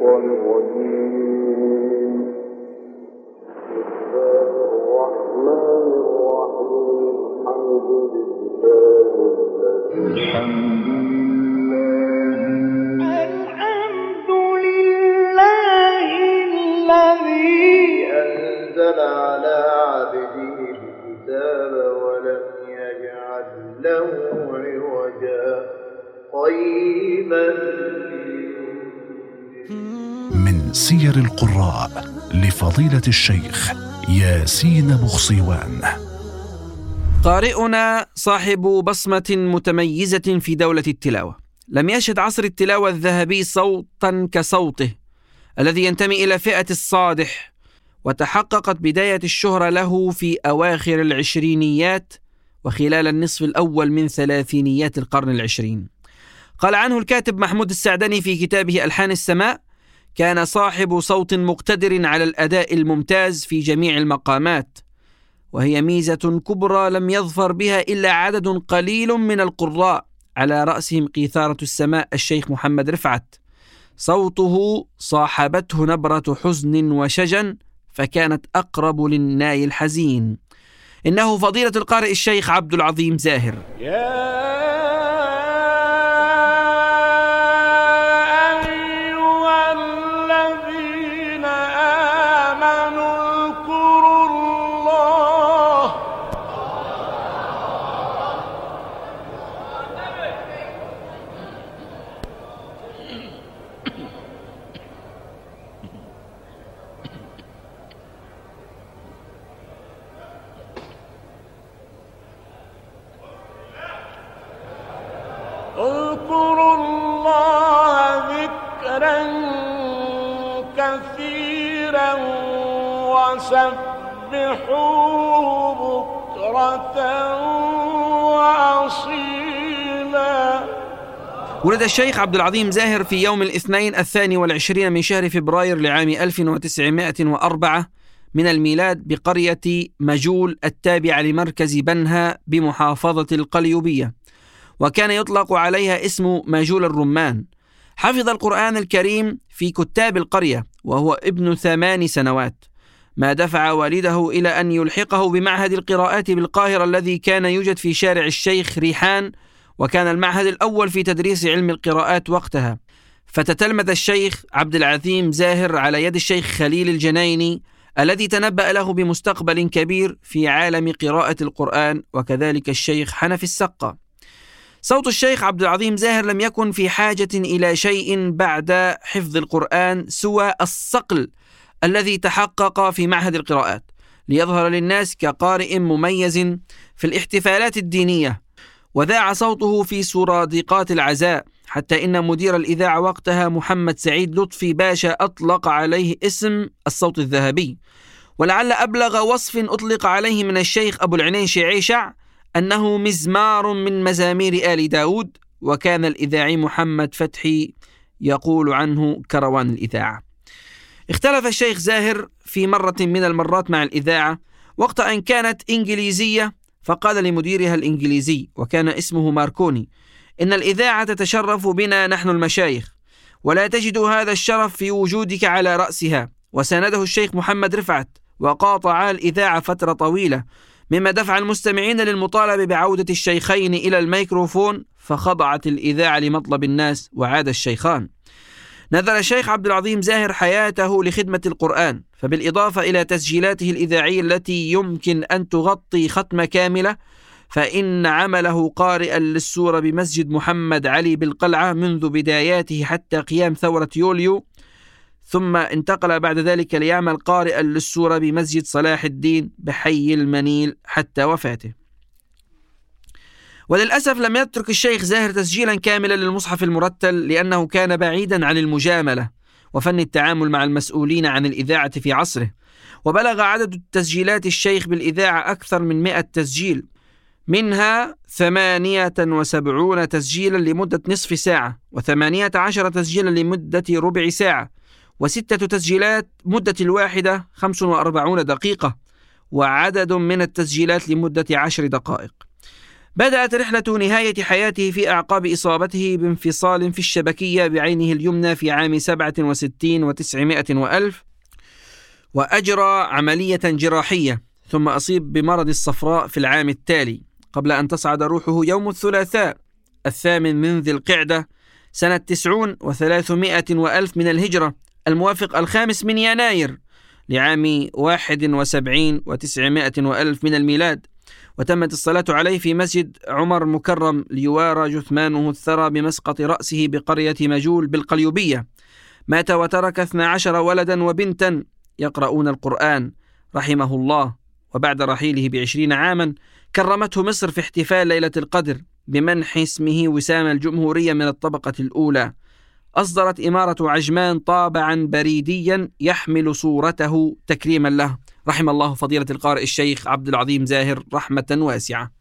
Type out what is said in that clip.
الشيطان الرجيم. بسم الله الرحمن الرحيم. الحمد لله الذي أنزل على عبده الكتاب ولم يجعل له عوجا قيما. من سير القراء لفضيلة الشيخ ياسين بخصيوان. قارئنا صاحب بصمة متميزة في دولة التلاوة، لم يشهد عصر التلاوة الذهبي صوتا كصوته الذي ينتمي إلى فئة الصادح، وتحققت بداية الشهرة له في أواخر العشرينيات وخلال النصف الأول من ثلاثينيات القرن العشرين. قال عنه الكاتب محمود السعدني في كتابه ألحان السماء: كان صاحب صوت مقتدر على الأداء الممتاز في جميع المقامات، وهي ميزة كبرى لم يظفر بها إلا عدد قليل من القراء، على رأسهم قيثارة السماء الشيخ محمد رفعت. صوته صاحبته نبرة حزن وشجن، فكانت أقرب للناي الحزين. إنه فضيلة القارئ الشيخ عبد العظيم زاهر. اذكروا الله ذكرا كثيرا وسبحوه بكرة وأصيلا. ولد الشيخ عبد العظيم زاهر في يوم الاثنين 22 من شهر فبراير لعام 1904 من الميلاد بقرية مجول التابعة لمركز بنها بمحافظة القليوبية، وكان يطلق عليها اسم مجول الرمان. حفظ القرآن الكريم في كتاب القرية وهو ابن 8 سنوات، ما دفع والده إلى أن يلحقه بمعهد القراءات بالقاهرة الذي كان يوجد في شارع الشيخ ريحان، وكان المعهد الأول في تدريس علم القراءات وقتها. فتتلمذ الشيخ عبد العظيم زاهر على يد الشيخ خليل الجنايني الذي تنبأ له بمستقبل كبير في عالم قراءة القرآن، وكذلك الشيخ حنفي السقا. صوت الشيخ عبد العظيم زاهر لم يكن في حاجة إلى شيء بعد حفظ القرآن سوى الصقل الذي تحقق في معهد القراءات ليظهر للناس كقارئ مميز في الاحتفالات الدينية. وذاع صوته في سرادقات العزاء، حتى إن مدير الإذاعة وقتها محمد سعيد لطفي باشا أطلق عليه اسم الصوت الذهبي. ولعل أبلغ وصف أطلق عليه من الشيخ أبو العينين شعيشع أنه مزمار من مزامير آل داود، وكان الإذاعي محمد فتحي يقول عنه كروان الإذاعة. اختلف الشيخ زاهر في مرة من المرات مع الإذاعة وقت أن كانت إنجليزية، فقال لمديرها الإنجليزي وكان اسمه ماركوني: إن الإذاعة تتشرف بنا نحن المشايخ، ولا تجد هذا الشرف في وجودك على رأسها. وسانده الشيخ محمد رفعت وقاطع الإذاعة فترة طويلة، مما دفع المستمعين للمطالبة بعودة الشيخين إلى الميكروفون، فخضعت الإذاعة لمطلب الناس وعاد الشيخان. نذر الشيخ عبد العظيم زاهر حياته لخدمة القرآن، فبالإضافة إلى تسجيلاته الإذاعية التي يمكن أن تغطي ختمة كاملة، فإن عمله قارئا للسورة بمسجد محمد علي بالقلعة منذ بداياته حتى قيام ثورة يوليو، ثم انتقل بعد ذلك ليعمل قارئا للسورة بمسجد صلاح الدين بحي المنيل حتى وفاته. وللأسف لم يترك الشيخ زاهر تسجيلا كاملا للمصحف المرتل، لأنه كان بعيدا عن المجاملة وفن التعامل مع المسؤولين عن الإذاعة في عصره. وبلغ عدد تسجيلات الشيخ بالإذاعة أكثر من 100 تسجيل، منها 78 تسجيلا لمدة نصف ساعة، و18 تسجيلا لمدة ربع ساعة، و6 تسجيلات مدة الواحدة 45 دقيقة، وعدد من التسجيلات لمدة 10 دقائق. بدأت رحلة نهاية حياته في أعقاب إصابته بانفصال في الشبكية بعينه اليمنى في عام 67 و900 وألف، وأجرى عملية جراحية، ثم أصيب بمرض الصفراء في العام التالي، قبل أن تصعد روحه يوم الثلاثاء 8 من ذي القعدة سنة 90 و300 وألف من الهجرة، الموافق 5 من يناير لعام 71 و900 وألف من الميلاد، وتمت الصلاة عليه في مسجد عمر مكرم ليوارى جثمانه الثرى بمسقط رأسه بقرية مجول بالقليوبية. مات وترك 12 ولدا وبنتا يقرؤون القرآن رحمه الله. وبعد رحيله ب20 عاما كرمته مصر في احتفال ليلة القدر بمنح اسمه وسام الجمهورية من الطبقة الأولى. أصدرت إمارة عجمان طابعا بريديا يحمل صورته تكريما له. رحم الله فضيلة القارئ الشيخ عبد العظيم زاهر رحمة واسعة.